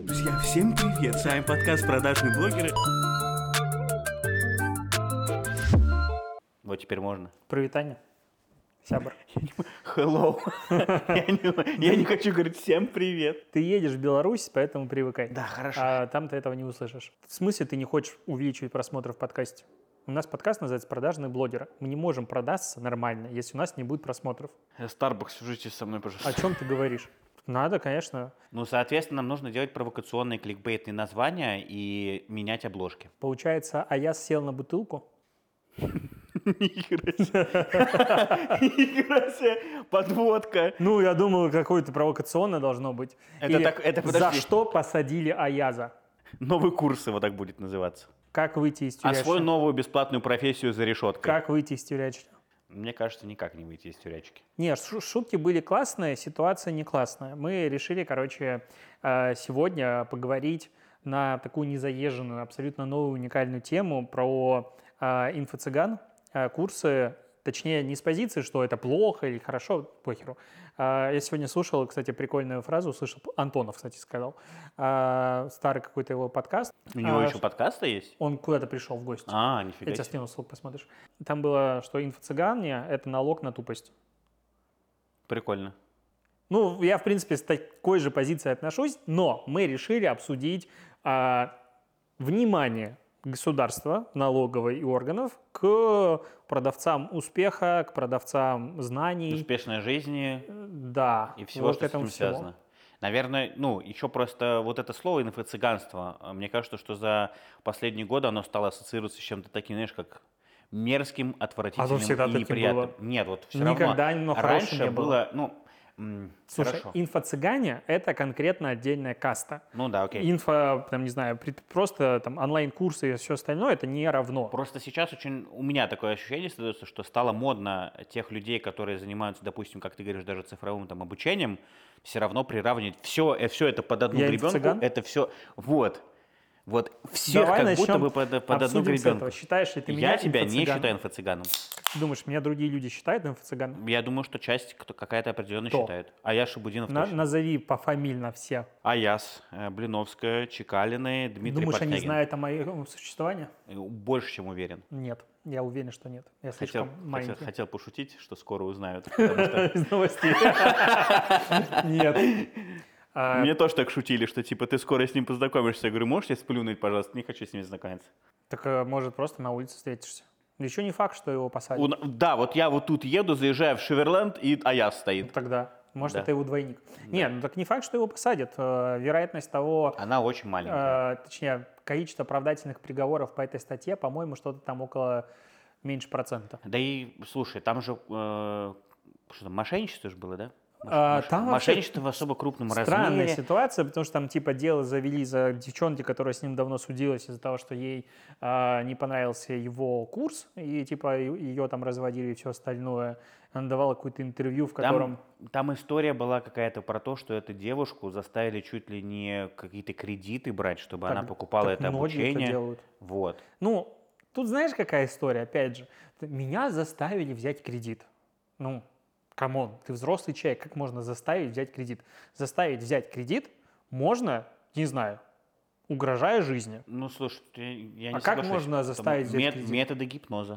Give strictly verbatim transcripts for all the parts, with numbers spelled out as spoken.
Друзья, всем привет! С вами подкаст «Продажные блогеры». Вот теперь можно. Привитание. Сябр. Hello. я, не, я не хочу говорить всем привет. Ты едешь в Беларусь, поэтому привыкай. Да, хорошо. А там ты этого не услышишь. В смысле ты не хочешь увеличивать просмотры в подкасте? У нас подкаст называется «Продажные блогеры». Мы не можем продаться нормально, если у нас не будет просмотров. Starbucks, свяжитесь со мной, пожалуйста. О чем ты говоришь? Надо, конечно. Ну, соответственно, нам нужно делать провокационные кликбейтные названия и менять обложки. Получается, Аяз сел на бутылку? Нихера себе, подводка. Ну, я думал, какое-то провокационное должно быть. Это Или так, это, за подожди. что посадили Аяза? Новый курс его так будет называться. Как выйти из тюрячки? Освой новую бесплатную профессию за решеткой. Как выйти из тюрячки? Мне кажется, никак не выйти из тюрячки. Нет, шутки были классные, ситуация не классная. Мы решили, короче, сегодня поговорить на такую незаезженную, абсолютно новую, уникальную тему про инфо-цыган, курсы, точнее, не с позиции, что это плохо или хорошо, похеру. Я сегодня слушал, кстати, прикольную фразу, услышал, Антонов, кстати, сказал, старый какой-то его подкаст. У него еще подкасты есть? Он куда-то пришел в гости. А, нифига себе. Я тебе скину ссылку, посмотришь. Там было, что инфо-цыгане – это налог на тупость. Прикольно. Ну, я, в принципе, с такой же позиции отношусь, но мы решили обсудить а, внимание государства, налоговой и органов к продавцам успеха, к продавцам знаний. Успешной жизни. Да. И всего, вот что с этим всего. связано. Наверное, ну, еще просто вот это слово инфо-цыганство, мне кажется, что за последние годы оно стало ассоциироваться с чем-то таким, знаешь, как мерзким, отвратительным всегда и таким неприятным. было. Нет, вот все Никогда равно оно хорошим раньше не было. было, ну, м, Слушай, хорошо. инфо-цыгане – это конкретно отдельная каста. Ну да, окей. Инфо, там, не знаю, просто там онлайн-курсы и все остальное – это не равно. Просто сейчас очень у меня такое ощущение создается, что стало модно тех людей, которые занимаются, допустим, как ты говоришь, даже цифровым там обучением, все равно приравнивать все, все это под одну Я гребенку. инфо-цыган? Это все, вот, вот всех Давай как начнем, будто бы под, под одну обсудим с гребенку. этого. Считаешь ли ты меня Я тебя не инфо-цыганом? считаю инфо-цыганом. Ты думаешь, меня другие люди считают инфо-цыганом? Я думаю, что часть кто, какая-то определенно Кто? считает. Аяс Шабудинов На- точно. назови пофамильно все. Аяс, э, Блиновская, Чекалины, Дмитрий Думаешь, Портнягин. они знают о моем существовании? Больше, чем уверен. Нет, я уверен, что нет. Я Хотел, слишком хотел, маленький. хотел пошутить, что скоро узнают. потому что Из новостей. Нет. А, Мне тоже так шутили, что типа ты скоро с ним познакомишься. Я говорю, можешь я сплюнуть, пожалуйста? Не хочу с ним знакомиться. Так, э, может, просто на улице встретишься. Еще не факт, что его посадят. У- да, вот я вот тут еду, заезжаю в Шеверленд, и Аяс стоит. Тогда. Может, Да. это его двойник. Нет, ну так не факт, что его посадят. Э, Вероятность того, Она очень маленькая. э, точнее, количество оправдательных приговоров по этой статье, по-моему, что-то там около меньше процента. Да и, слушай, там же, э, что там, мошенничество же было, да? Мош- А, мош- там вообще мошенничество в особо крупном Странная размере. ситуация, потому что там типа дело завели за девчонки, которая с ним давно судилась из-за того, что ей а, не понравился его курс, и типа и- ее там разводили и все остальное. Она давала какое-то интервью, в котором... Там, там история была какая-то про то, что эту девушку заставили чуть ли не какие-то кредиты брать, чтобы Так- она покупала так это многие это обучение. делают. Вот. Ну, тут знаешь, какая история, опять же. Меня заставили взять кредит. Ну, камон, ты взрослый человек, как можно заставить взять кредит? Заставить взять кредит можно, не знаю, угрожая жизни. Ну, слушай, я, я не А как соглашусь. можно Это заставить взять мет- кредит? Методы гипноза.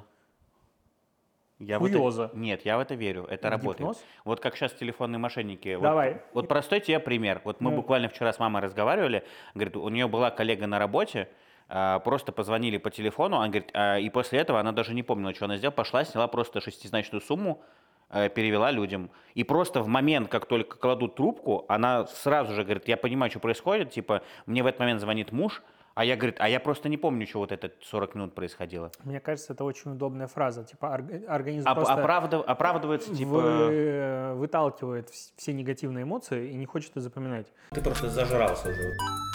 Я в Хуёза. это- Нет, я в это верю. Это работает. Гипноз? Вот как сейчас телефонные мошенники. Вот- Давай. Вот, простой тебе пример. Вот мы Ну. буквально вчера с мамой разговаривали. Говорит, у нее была коллега на работе, а, просто позвонили по телефону, она говорит, а, и после этого она даже не помнила, что она сделала, пошла, сняла просто шестизначную сумму, э, перевела людям. И просто в момент, как только кладут трубку, она сразу же говорит, я понимаю, что происходит, типа, мне в этот момент звонит муж, а я, говорит, а я просто не помню, что вот это сорок минут происходило. Мне кажется, это очень удобная фраза. Типа орг- организм Оп- просто оправдав- оправдывается, типа... вы- выталкивает вс- все негативные эмоции и не хочет это запоминать. Ты просто зажрался уже.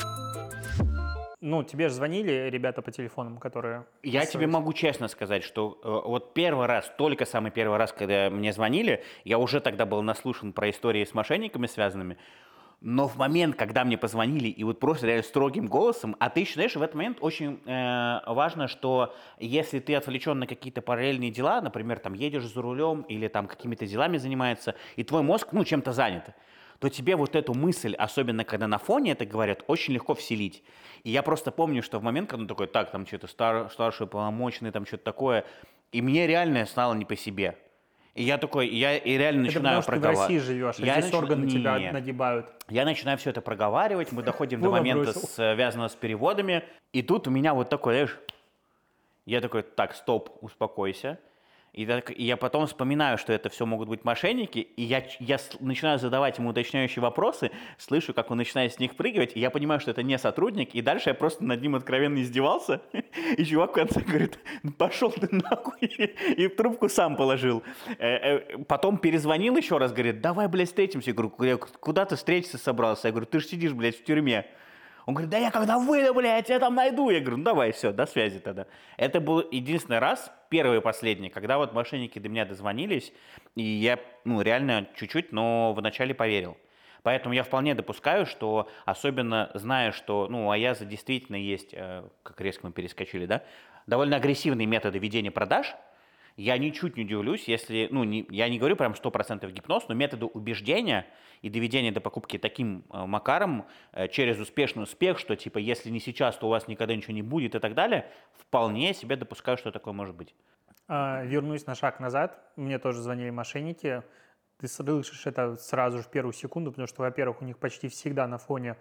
Ну, тебе же звонили ребята по телефонам, которые... Я тебе могу честно сказать, что э, вот первый раз, только самый первый раз, когда мне звонили, я уже тогда был наслушан про истории с мошенниками связанными, но в момент, когда мне позвонили, и вот просто реально строгим голосом, а ты еще, знаешь, в этот момент очень э, важно, что если ты отвлечен на какие-то параллельные дела, например, там едешь за рулем или там какими-то делами занимается, и твой мозг, ну, чем-то занят, то тебе вот эту мысль, особенно когда на фоне это говорят, очень легко вселить. И я просто помню, что в момент, когда он такой, так, там что-то стар, старший полномочный, там что-то такое, и мне реально стало не по себе. И я такой, я и реально Это потому начинаю что ты в России проговаривать. живешь, а Я здесь начи- органы тебя Не. нагибают. Я начинаю все это проговаривать, мы доходим до Вова момента, бросил. связанного с переводами, и тут у меня вот такой, знаешь, я такой, так, стоп, успокойся. И, так- и я потом вспоминаю, что это все могут быть мошенники, и я, ч- я с- начинаю задавать ему уточняющие вопросы, слышу, как он начинает с них прыгивать, и я понимаю, что это не сотрудник, и дальше я просто над ним откровенно издевался, и чувак в конце говорит, ну пошел ты нахуй, и в трубку сам положил. Э, э, Потом перезвонил еще раз, говорит, давай, блядь, встретимся. Я говорю, «Ку- куда ты встретиться собрался? Я говорю, ты же сидишь, блядь, в тюрьме. Он говорит, да я когда выйду, блядь, я там найду. Я говорю, ну давай, все, до связи тогда. Это был единственный раз, первый и последний, когда вот мошенники до меня дозвонились, и я, ну, реально чуть-чуть, но вначале поверил. Поэтому я вполне допускаю, что, особенно зная, что, ну, у Аяза действительно есть, э, как резко мы перескочили, да, довольно агрессивные методы ведения продаж, я ничуть не удивлюсь, если, ну, не, я не говорю прям сто процентов гипноз, но методы убеждения и доведения до покупки таким э, макаром э, через успешный успех, что типа если не сейчас, то у вас никогда ничего не будет и так далее, вполне себе допускаю, что такое может быть. А, вернусь на шаг назад. Мне тоже звонили мошенники. Ты слышишь это сразу же в первую секунду, потому что, во-первых, у них почти всегда на фоне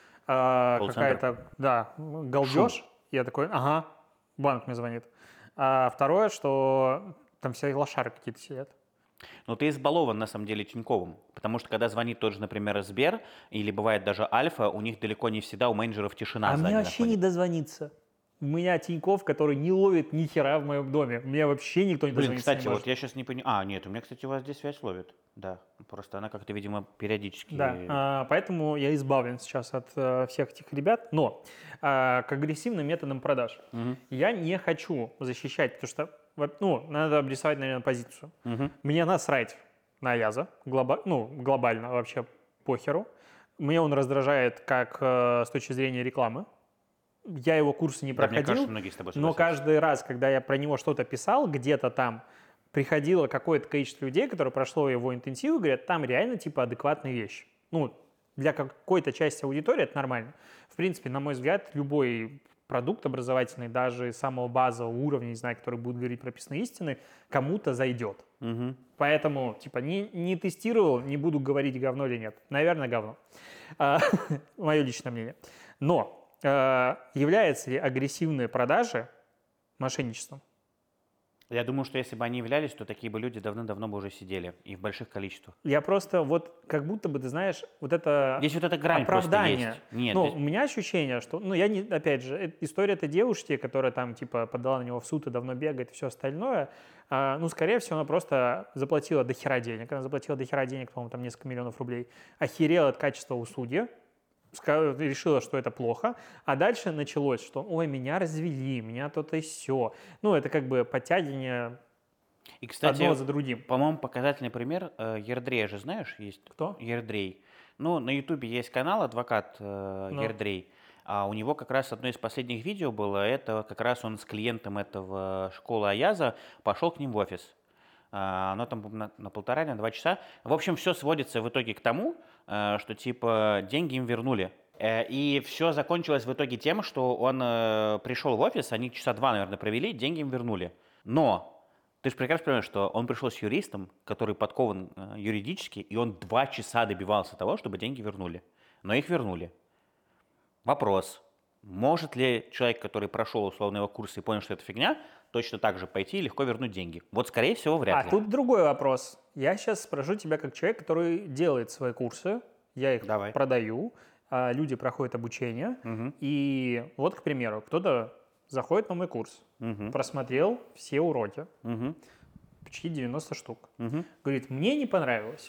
а, Колл-центр. какая-то, да, галдеж. Я такой, ага, банк мне звонит. А второе, что там все лошары какие-то сидят. Но ты избалован на самом деле Тиньковым, потому что когда звонит тот же, например, Сбер, или бывает даже Альфа, у них далеко не всегда у менеджеров тишина А в мне зале вообще не находится. дозвониться. У меня Тиньков, который не ловит ни хера в моем доме. Мне вообще никто не Блин, дозвониться кстати, не может. вот я сейчас не понимаю. А, нет, у меня, кстати, у вас здесь связь ловит. Да, просто она как-то, видимо, периодически... Да, а, поэтому я избавлен сейчас от э, всех этих ребят. Но а, к агрессивным методам продаж Мгм. я не хочу защищать, потому что, во- ну, надо обрисовать, наверное, позицию. Мгм. Мне насрать на Аяза, глоба- ну, глобально вообще похеру. Мне он раздражает как э, с точки зрения рекламы. Я его курсы не Да, мне проходил, кажется, многие с тобой но согласятся. каждый раз, когда я про него что-то писал, где-то там приходило какое-то количество людей, которые прошло его интенсив, и говорят, там реально типа адекватные вещи. Ну, для какой-то части аудитории это нормально. В принципе, на мой взгляд, любой продукт образовательный, даже самого базового уровня, не знаю, который будет говорить прописные истины, кому-то зайдет. Мгм. Поэтому, типа, не, не тестировал, не буду говорить, говно или нет. Наверное, говно. А, Мое личное мнение. Но э, являются ли агрессивные продажи мошенничеством? Я думаю, что если бы они являлись, то такие бы люди давно-давно бы уже сидели, и в больших количествах. Я просто вот как будто бы, ты знаешь, вот это Здесь вот эта грань просто оправдание. есть. Нет, Ну, здесь- у меня ощущение, что, ну, я не, опять же, э- история этой девушки, которая там, типа, подала на него в суд и давно бегает и все остальное, а, ну, скорее всего, она просто заплатила до хера денег. Она заплатила до хера денег, по-моему, там несколько миллионов рублей. Охерела от качества услуги, ска- решила, что это плохо, а дальше началось, что, ой, меня развели, меня то-то и все. Ну, это как бы подтягивание И, кстати, одно за другим. по-моему, показательный пример, э, Ердрея же знаешь, есть? Кто? Ердрей. Ну, на Ютубе есть канал «Адвокат э, Ну. Ердрей», а у него как раз одно из последних видео было, это как раз он с клиентом этого школы Аяза пошел к ним в офис. А, Оно там на, на полтора, на два часа. В общем, все сводится в итоге к тому, э, что типа деньги им вернули. Э, И все закончилось в итоге тем, что он э, пришел в офис, они часа два, наверное, провели, деньги им вернули. Но ты же прекрасно понимаешь, что он пришел с юристом, который подкован э, юридически, и он два часа добивался того, чтобы деньги вернули. Но их вернули. Вопрос. Может ли человек, который прошел условно его курс и понял, что это фигня, точно так же пойти и легко вернуть деньги? Вот, скорее всего, вряд А ли. тут другой вопрос. Я сейчас спрошу тебя как человек, который делает свои курсы, я их Давай. продаю, а люди проходят обучение, Мгм. и вот, к примеру, кто-то заходит на мой курс, Мгм. просмотрел все уроки, Мгм. почти девяносто штук, Мгм. говорит, мне не понравилось,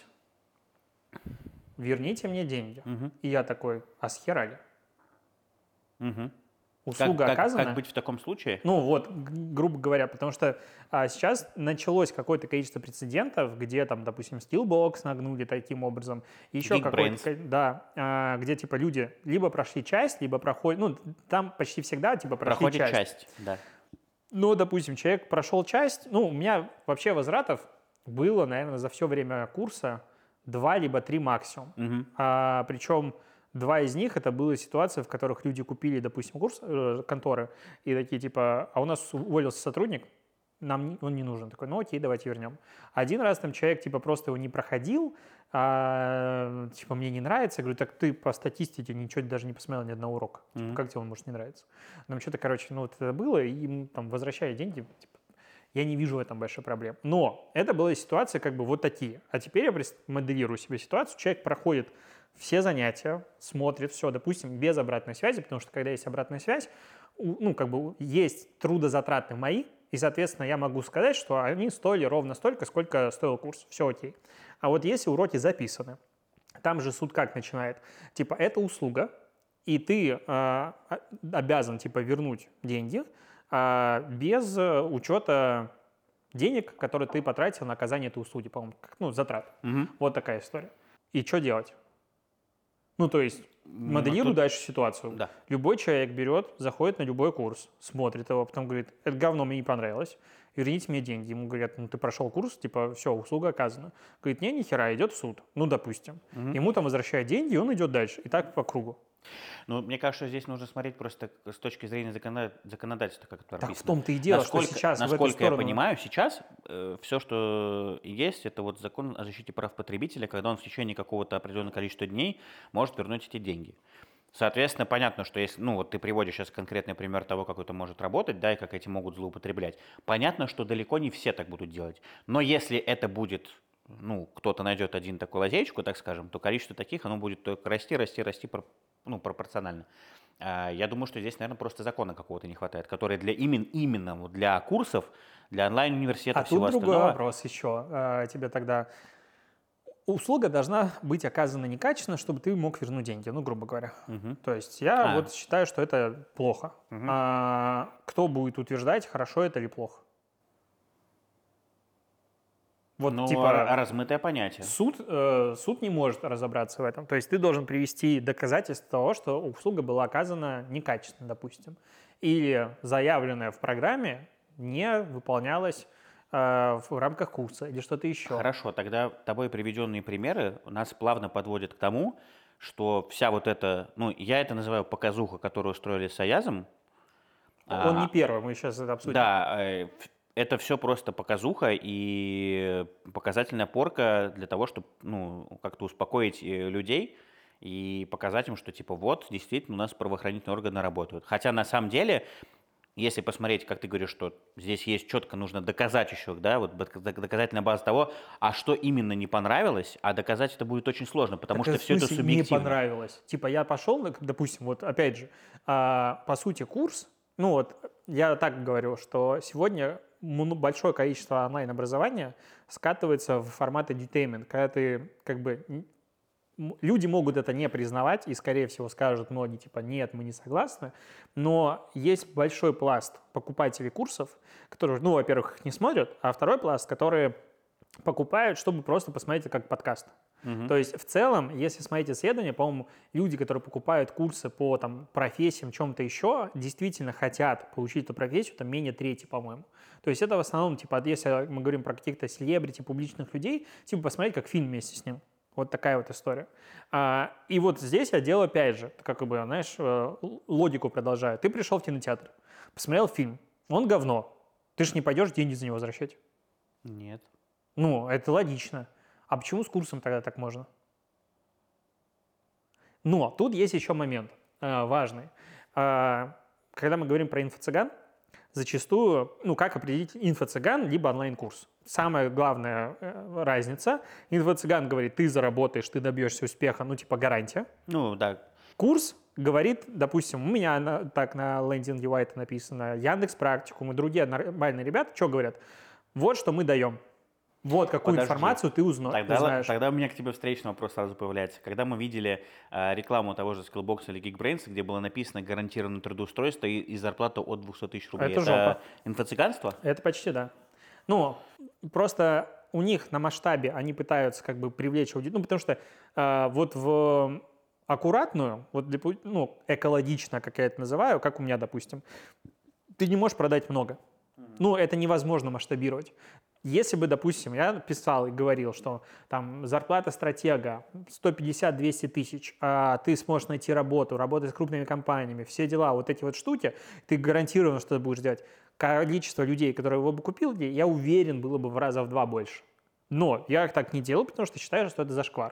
верните мне деньги. Мгм. И я такой, а с хера ли? Мгм. Услуга как, как- оказана? как быть в таком случае? Ну вот, г- грубо говоря, потому что а, сейчас началось какое-то количество прецедентов, где там, допустим, Skillbox нагнули таким образом, еще Geekbrains. какой-то, ко- да, а, где типа люди либо прошли часть, либо проходят, ну там почти всегда типа прошли Проходит часть. часть. Да. Но, допустим, человек прошел часть, ну у меня вообще возвратов было, наверное, за все время курса два либо три максимум. Мгм. А, причем два из них это была ситуация, в которых люди купили, допустим, курс э, конторы и такие типа, а у нас уволился сотрудник, нам не- он не нужен. Такой, ну окей, давайте вернем. Один раз там человек типа просто его не проходил, а, типа мне не нравится. Я говорю, так ты по статистике ничего даже не посмотрел, ни одного урока. Типа, Мгм. как тебе он может не нравиться? Там что-то, короче, ну вот это было, и им там возвращали деньги, типа, я не вижу в этом большой проблемы. Но это была ситуация как бы вот такие. А теперь я прис- моделирую себе ситуацию. Человек проходит все занятия, смотрит все, допустим, без обратной связи, потому что когда есть обратная связь, у- ну, как бы есть трудозатраты мои, и, соответственно, я могу сказать, что они стоили ровно столько, сколько стоил курс. Все окей. А вот если уроки записаны, там же суд как начинает? Типа, это услуга, и ты э, а- обязан, типа, вернуть деньги а, без э, учета денег, которые ты потратил на оказание этой услуги, по-моему, как, ну, затрат. Мгм. Вот такая история. И что делать? Ну, то есть, М, моделирую тут- дальше ситуацию. Да. Любой человек берет, заходит на любой курс, смотрит его, потом говорит, это говно мне не понравилось, верните мне деньги. Ему говорят, ну, ты прошел курс, типа, все, услуга оказана. Говорит, не, ни хера, идет в суд. Ну, допустим. Мгм. Ему там возвращают деньги, и он идет дальше. И так по кругу. Ну, мне кажется, здесь нужно смотреть просто к- с точки зрения закона- законодательства, как это Так в прописано. том-то и дело, Насколько, что сейчас в эту насколько я сторону... понимаю, сейчас все, что есть, это вот закон о защите прав потребителя, когда он в течение какого-то определенного количества дней может вернуть эти деньги. Соответственно, понятно, что если, ну, вот ты приводишь сейчас конкретный пример того, как это может работать, да, и как эти могут злоупотреблять. Понятно, что далеко не все так будут делать. Но если это будет, ну, кто-то найдет один такой лазейку, так скажем, то количество таких, оно будет только расти, расти, расти, про- ну, пропорционально. А, Я думаю, что здесь, наверное, просто закона какого-то не хватает, который для именно, именно вот для курсов, для А онлайн-университетов, тут всего другой остального. вопрос еще. А, тебе тогда услуга должна быть оказана некачественно, чтобы ты мог вернуть деньги, ну, грубо говоря. Мгм. То есть я А. вот считаю, что это плохо. Мгм. А кто будет утверждать, хорошо это или плохо? Вот Ну, типа ра- размытое понятие. суд, э, суд не может разобраться в этом. То есть ты должен привести доказательства того, что услуга была оказана некачественно, допустим. Или заявленная в программе не выполнялась э, в рамках курса или что-то еще. Хорошо, тогда тобой приведенные примеры нас плавно подводят к тому, что вся вот эта, ну, я это называю показуха, которую устроили с Аязом. Он не а, первый, мы сейчас это обсудим. Да, э, ф- это все просто показуха и показательная порка для того, чтобы, ну, как-то успокоить э, людей и показать им, что, типа, вот, действительно, у нас правоохранительные органы работают. Хотя, на самом деле, если посмотреть, как ты говоришь, что здесь есть четко, нужно доказать еще, да, вот док- док- доказательная база того, а что именно не понравилось, а доказать это будет очень сложно, потому Так что в все это смысле не субъективно. понравилось? Типа я пошел, ну, допустим, вот опять же, а, по сути курс, ну вот я так говорю, что сегодня мно- большое количество онлайн-образования скатывается в формат edutainment, когда ты как бы н- м, люди могут это не признавать и, скорее всего, скажут многие, типа, нет, мы не согласны, но есть большой пласт покупателей курсов, которые, ну, во-первых, их не смотрят, а второй пласт, которые покупают, чтобы просто посмотреть это как подкаст. Мгм. То есть в целом, если смотреть исследования, по-моему, люди, которые покупают курсы по там, профессиям, чем-то еще, действительно хотят получить эту профессию, там менее трети, по-моему. То есть это в основном, типа, если мы говорим про каких-то селебрити, публичных людей, типа посмотреть как фильм вместе с ним. Вот такая вот история. А, и вот здесь я делаю опять же, как бы, знаешь, э, л- логику продолжаю. Ты пришел в кинотеатр, посмотрел фильм, он говно. Ты же не пойдешь деньги за него возвращать. Нет. Ну, это логично. А почему с курсом тогда так можно? Но тут есть еще момент э, важный. Э, когда мы говорим про инфо-цыган, зачастую, ну, как определить инфо-цыган либо онлайн-курс? Самая главная э, разница. Инфо-цыган говорит, ты заработаешь, ты добьешься успеха, ну, типа гарантия. Ну, да. Курс говорит, допустим, у меня на- так на лендинге White написано, Яндекс Практикум и другие нормальные ребята, что говорят? Вот что мы даем. Вот какую Подожди. информацию ты узна- Тогда, узнаешь. тогда у меня к тебе встречный вопрос сразу появляется. Когда мы видели э, рекламу того же Skillbox или Geekbrains, где было написано гарантированное трудоустройство и, и зарплата от двухсот тысяч рублей, Это жопа. инфо-цыганство? Это почти да. Ну, просто у них на масштабе они пытаются как бы привлечь аудиторию, ну, потому что э, вот в аккуратную, вот для пу- ну, экологично, как я это называю, как у меня, допустим, ты не можешь продать много. Ну, это невозможно масштабировать. Если бы, допустим, я писал и говорил, что там зарплата стратега сто пятьдесят - двести тысяч, а ты сможешь найти работу, работать с крупными компаниями, все дела, вот эти вот штуки, ты гарантированно что-то будешь делать. Количество людей, которые его бы купили, я уверен, было бы в раза в два больше. Но я так не делаю, потому что считаю, что это зашквар.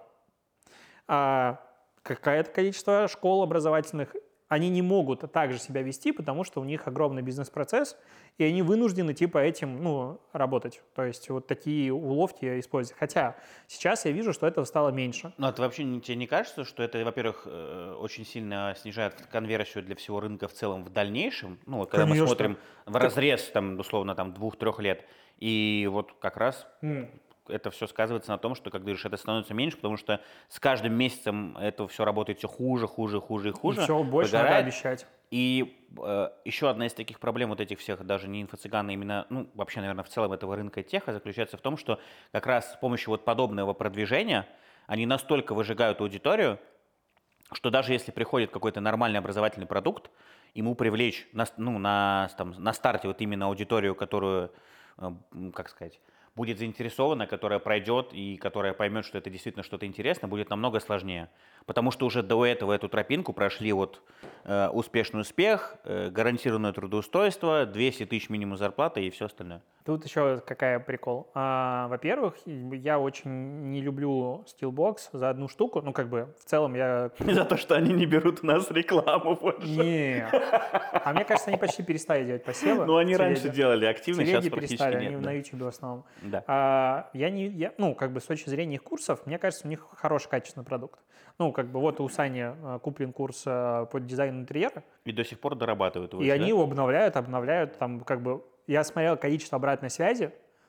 А какое-то количество школ образовательных, они не могут также себя вести, потому что у них огромный бизнес-процесс, и они вынуждены типа этим, ну, работать. То есть вот такие уловки использовать. Хотя сейчас я вижу, что этого стало меньше. Ну, а ты вообще не- тебе не кажется, что это, во-первых, э, очень сильно снижает конверсию для всего рынка в целом в дальнейшем? Ну, вот когда мы Конечно. смотрим в разрез, там, условно, там, двух-трех лет, и вот как раз М. это все сказывается на том, что, как ты говоришь, это становится меньше, потому что с каждым месяцем это все работает все хуже, хуже, хуже и И хуже, все больше надо выгорает. обещать. И э, еще одна из таких проблем вот этих всех, даже не инфо-цыган, а именно, ну, вообще, наверное, в целом этого рынка теха заключается в том, что как раз с помощью вот подобного продвижения они настолько выжигают аудиторию, что даже если приходит какой-то нормальный образовательный продукт, ему привлечь на, с- ну, на, с- там, на старте вот именно аудиторию, которую, э, м, как сказать, будет заинтересована, которая пройдет и которая поймет, что это действительно что-то интересное, будет намного сложнее. Потому что уже до этого эту тропинку прошли вот э, успешный успех, э, гарантированное трудоустройство, двести тысяч минимум зарплаты и все остальное. Тут еще какая прикол. А, во-первых, я очень не люблю Steelbox за одну штуку. Ну, как бы, в целом я... За то, что они не берут у нас рекламу больше. Не. А мне кажется, они почти перестали делать посевы. Ну, они в раньше телеге. делали В активно, сейчас телеге практически перестали, они нет. на Да. YouTube в основном. Да. А, я не, я, ну, как бы с точки зрения их курсов, мне кажется, у них хороший качественный продукт. Ну, как бы вот у Сани а, куплен курс а, по дизайну интерьера, И до сих пор дорабатывают его. и еще, они да? его обновляют, обновляют, там, как бы, я смотрел количество обратной связи,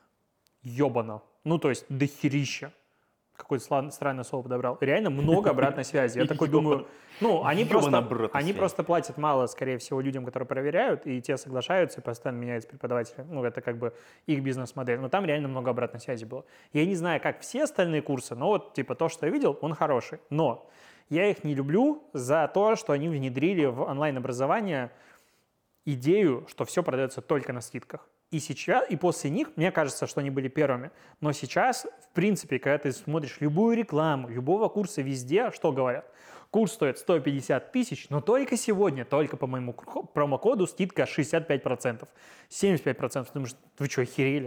ёбано. Ну, то есть дохерища. Какое-то слан- странное слово подобрал. Реально много обратной связи. Я такой думаю, ну, они Ёбана просто, обратная они связь. просто платят мало, скорее всего, людям, которые проверяют, и те соглашаются, и постоянно меняются преподаватели. Ну, это как бы их бизнес-модель. Но там реально много обратной связи было. Я не знаю, как все остальные курсы, но вот, типа, то, что я видел, он хороший. Но я их не люблю за то, что они внедрили в онлайн-образование идею, что все продается только на скидках. И сейчас, и после них, мне кажется, что они были первыми. Но сейчас, в принципе, когда ты смотришь любую рекламу, любого курса везде, что говорят? Курс стоит сто пятьдесят тысяч, но только сегодня, только по моему кру- промокоду скидка шестьдесят пять процентов, семьдесят пять процентов. Ты думаешь, вы что, охерели?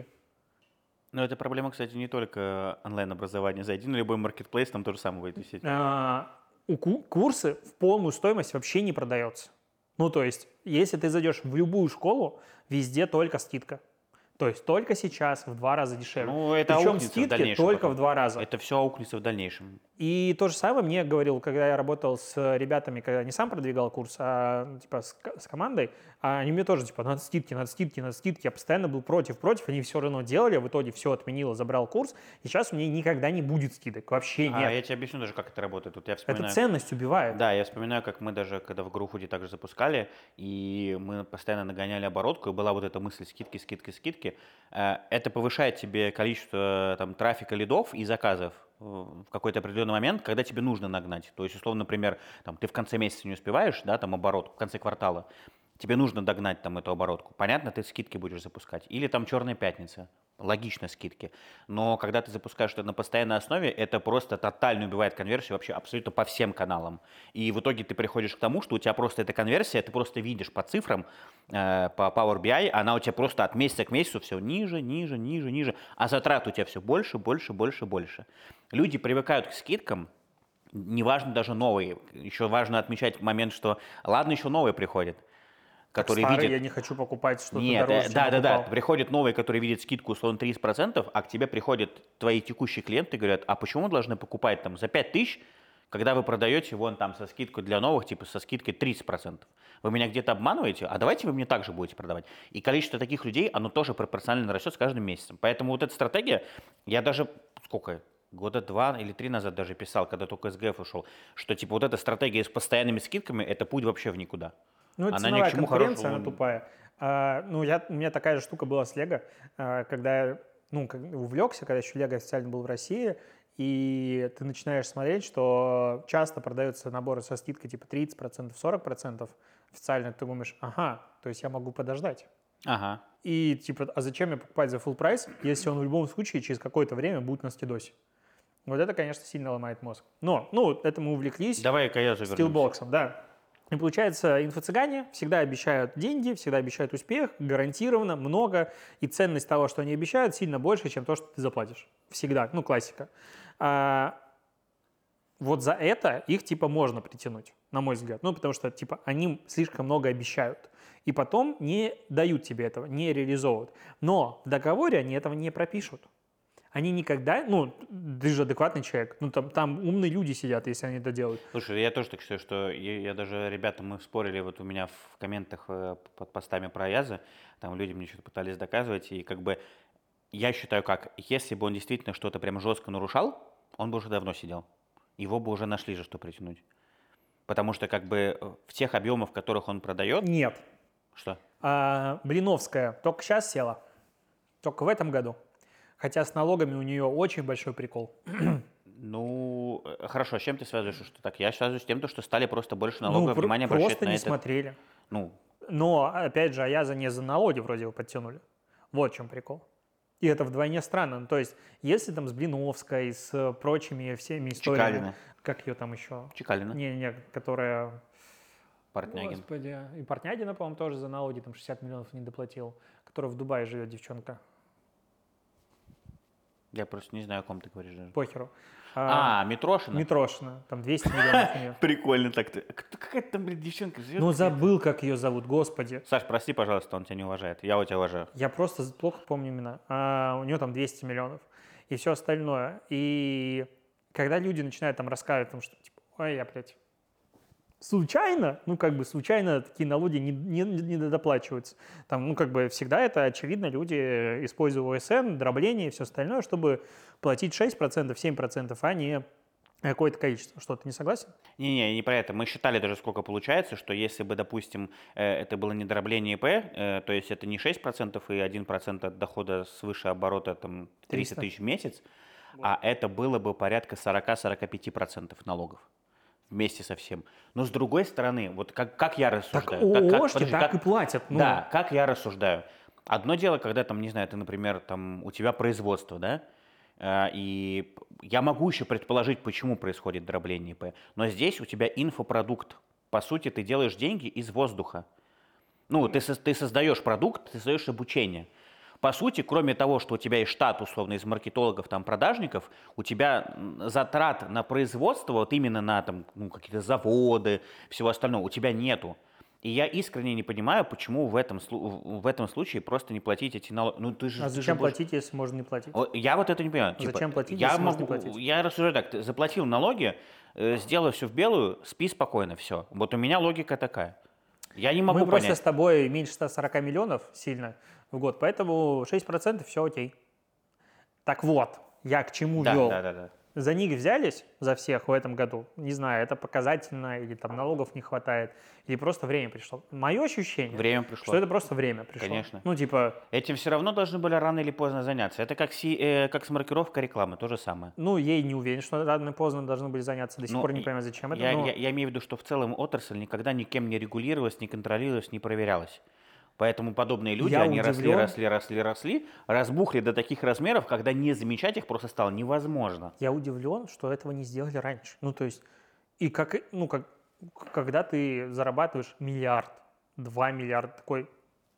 Но это проблема, кстати, не только онлайн-образования. Зайди на любой маркетплейс, там то же самое будет висеть. А, у ку- курсы в полную стоимость вообще не продается. Ну, то есть, если ты зайдешь в любую школу, везде только скидка. То есть только сейчас в два раза дешевле. Ну, это Причем аукнется в скидки дальнейшем только потом. в два раза. Это все аукнется в дальнейшем. И то же самое мне говорил, когда я работал с ребятами, когда не сам продвигал курс, а ну, типа с, ко- с командой, а они мне тоже типа надо скидки, надо скидки, надо скидки. Я постоянно был против, против, они все равно делали, в итоге все отменил, забрал курс, и сейчас у меня никогда не будет скидок, вообще А нет. я тебе объясню даже, как это работает. Вот я Это вспоминаю. ценность убивает. Да, я вспоминаю, как мы даже, когда в Грухуде также запускали, и мы постоянно нагоняли оборотку, и была вот эта мысль скидки, скидки, скидки. Э, Это повышает тебе количество там, трафика, лидов и заказов э, в какой-то определенный момент, когда тебе нужно нагнать. То есть, условно, например, там, ты в конце месяца не успеваешь, да, там оборот, в конце квартала, тебе нужно догнать там эту оборотку. Понятно, ты скидки будешь запускать. Или там черная пятница. Логично скидки. Но когда ты запускаешь это на постоянной основе, это просто тотально убивает конверсию вообще абсолютно по всем каналам. И в итоге ты приходишь к тому, что у тебя просто эта конверсия, ты просто видишь по цифрам, э, по Power би ай, она у тебя просто от месяца к месяцу все ниже, ниже, ниже, ниже. А затрат у тебя все больше, больше, больше, больше. Люди привыкают к скидкам, неважно даже новые. Еще важно отмечать момент, что ладно, еще новые приходят, Так которые старый, видят. я не хочу покупать что-то Нет, дороже, э, чем да, да, да. покупал. Приходит новый, который видит скидку условно тридцать процентов, а к тебе приходят твои текущие клиенты и говорят, а почему мы должны покупать там за пять тысяч, когда вы продаете вон там со скидкой для новых, типа со скидкой тридцать процентов. Вы меня где-то обманываете, а давайте вы мне также будете продавать. И количество таких людей, оно тоже пропорционально растет с каждым месяцем. Поэтому вот эта стратегия, я даже, сколько, года два или три назад даже писал, когда только эс гэ эф ушел, что типа вот эта стратегия с постоянными скидками, это путь вообще в никуда. Ну, это Она ни ценовая к чему конкуренция, хорошему. она тупая. А, ну, я, у меня такая же штука была с Лего, а, когда я ну, как, увлекся, когда еще Лего официально был в России, и ты начинаешь смотреть, что часто продаются наборы со скидкой типа тридцать процентов, сорок процентов официально, ты думаешь, ага, то есть я могу подождать. Ага. и типа, а зачем мне покупать за full прайс, если он в любом случае через какое-то время будет на скидосе? Вот это, конечно, сильно ломает мозг. Но, ну, это мы увлеклись. Давай-ка я завернусь. Стилбоксом, да. И получается, инфо-цыгане всегда обещают деньги, всегда обещают успех, гарантированно, много, и ценность того, что они обещают, сильно больше, чем то, что ты заплатишь. Всегда, ну, классика. А, вот за это их, типа, можно притянуть, на мой взгляд. Ну, потому что, типа, они слишком много обещают. И потом не дают тебе этого, не реализовывают. Но в договоре они этого не пропишут. Они никогда, ну, ты же адекватный человек, ну, там, там умные люди сидят, если они это делают. Слушай, я тоже так считаю, что я, я даже, ребята, мы спорили вот у меня в комментах э, под постами про Аяза, там люди мне что-то пытались доказывать, и как бы я считаю как, если бы он действительно что-то прям жестко нарушал, он бы уже давно сидел. Его бы уже нашли же, что притянуть. Потому что как бы в тех объемах, в которых он продает... Нет. Что? А, Блиновская только сейчас села, только в этом году. Хотя с налогами у нее очень большой прикол. Ну, э, хорошо, а с чем ты связываешь, что так? Я связываю с тем, что стали просто больше налогового ну, внимания просто обращать на не это. смотрели. Ну, Но, опять же, Аяза не за налоги вроде его подтянули. Вот в чем прикол. И это вдвойне странно. Ну, то есть, если там с Блиновской, с прочими всеми историями... Чекалина. Как ее там еще? Чекалина. Не-не, которая... Портнягин. Господи. И Портнягина, по-моему, тоже за налоги там шестьдесят миллионов не доплатил. Которая в Дубае живет, девчонка. Я просто не знаю, о ком ты говоришь даже. Похеру. А, Митрошина? Митрошина. Там двести миллионов у нее. Прикольно так-то. Какая-то там, блин, девчонка живет. Ну, забыл, как ее зовут, господи. Саш, прости, пожалуйста, он тебя не уважает. Я у тебя уважаю. Я просто плохо помню имена. А у нее там двести миллионов. И все остальное. И когда люди начинают там рассказывать, там, что типа, ой, я, блядь, случайно, ну, как бы случайно такие налоги не, не, не доплачиваются. Там, ну, как бы всегда это, очевидно, люди используют ОСН, дробление и все остальное, чтобы платить шесть процентов, семь процентов, а не какое-то количество. Что, ты не согласен? Не-не, не про это. Мы считали даже, сколько получается, что если бы, допустим, э, это было не дробление ИП, э, то есть это не шесть процентов и один процент от дохода свыше оборота там, триста триста тысяч в месяц, а это было бы порядка сорок-сорок пять процентов налогов вместе со всем. Но с другой стороны, вот как, как я рассуждаю... Так как, как, ООшки подожди, так как- и платят. Ну, Да, как я рассуждаю. Одно дело, когда там, не знаю, ты, например, там у тебя производство, да, э, и я могу еще предположить, почему происходит дробление ИП, но здесь у тебя инфопродукт. По сути, ты делаешь деньги из воздуха. Ну, ты, со- ты создаешь продукт, ты создаешь обучение. По сути, кроме того, что у тебя есть штат, условно, из маркетологов, там, продажников, у тебя м, затрат на производство, вот именно на там, ну, какие-то заводы, всего остального, у тебя нету. И я искренне не понимаю, почему в этом, слу- в этом случае просто не платить эти налоги. Ну, ты же, а ты же зачем будешь- платить, если можно не платить? О, Я вот это не понимаю. Типа, Зачем платить, я если можно могу, не платить? Я рассуждаю так, ты заплатил налоги, э, сделай все в белую, спи спокойно, все. Вот у меня логика такая. Я не могу Мы просто понять. с тобой меньше ста сорока миллионов сильно в год, поэтому шесть процентов все окей. Так вот, я к чему Да, вел. да, да, да. За них взялись, за всех в этом году. Не знаю, это показательно, или там налогов не хватает, или просто время пришло. Мое ощущение, Время пришло. что это просто время пришло. Конечно. Ну, типа, Этим все равно должны были рано или поздно заняться. Это как, си- э, как с маркировкой рекламы, то же самое. ну, ей не уверен, что рано или поздно должны были заняться. До сих Ну, пор не и- понимаю, зачем это. Я, но- я- я имею в виду, что в целом отрасль никогда никем не регулировалась, не контролировалась, не проверялась. Поэтому подобные люди, Я они росли, удивлен. росли, росли, росли, разбухли до таких размеров, когда не замечать их просто стало невозможно. Я удивлен, что этого не сделали раньше. Ну, то есть, и как, и- ну, как, когда ты зарабатываешь миллиард, два миллиарда, такой,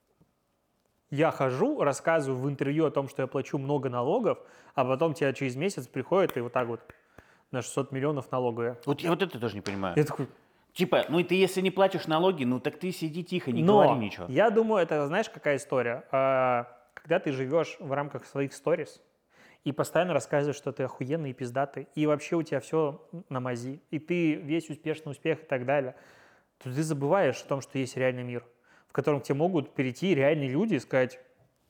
я хожу, рассказываю в интервью о том, что я плачу много налогов, а потом тебя через месяц приходит и вот так вот на шестьсот миллионов налоговые. Вот я вот это тоже не понимаю. Я такой, Типа, ну и ты если не платишь налоги, ну так ты сиди тихо, не но говори ничего. я думаю, это знаешь, какая история? А, когда ты живешь в рамках своих сторис и постоянно рассказываешь, что ты охуенный и пиздатый, и вообще у тебя все на мази, и ты весь успешный успех и так далее, то ты забываешь о том, что есть реальный мир, в котором к тебе могут перейти реальные люди и сказать,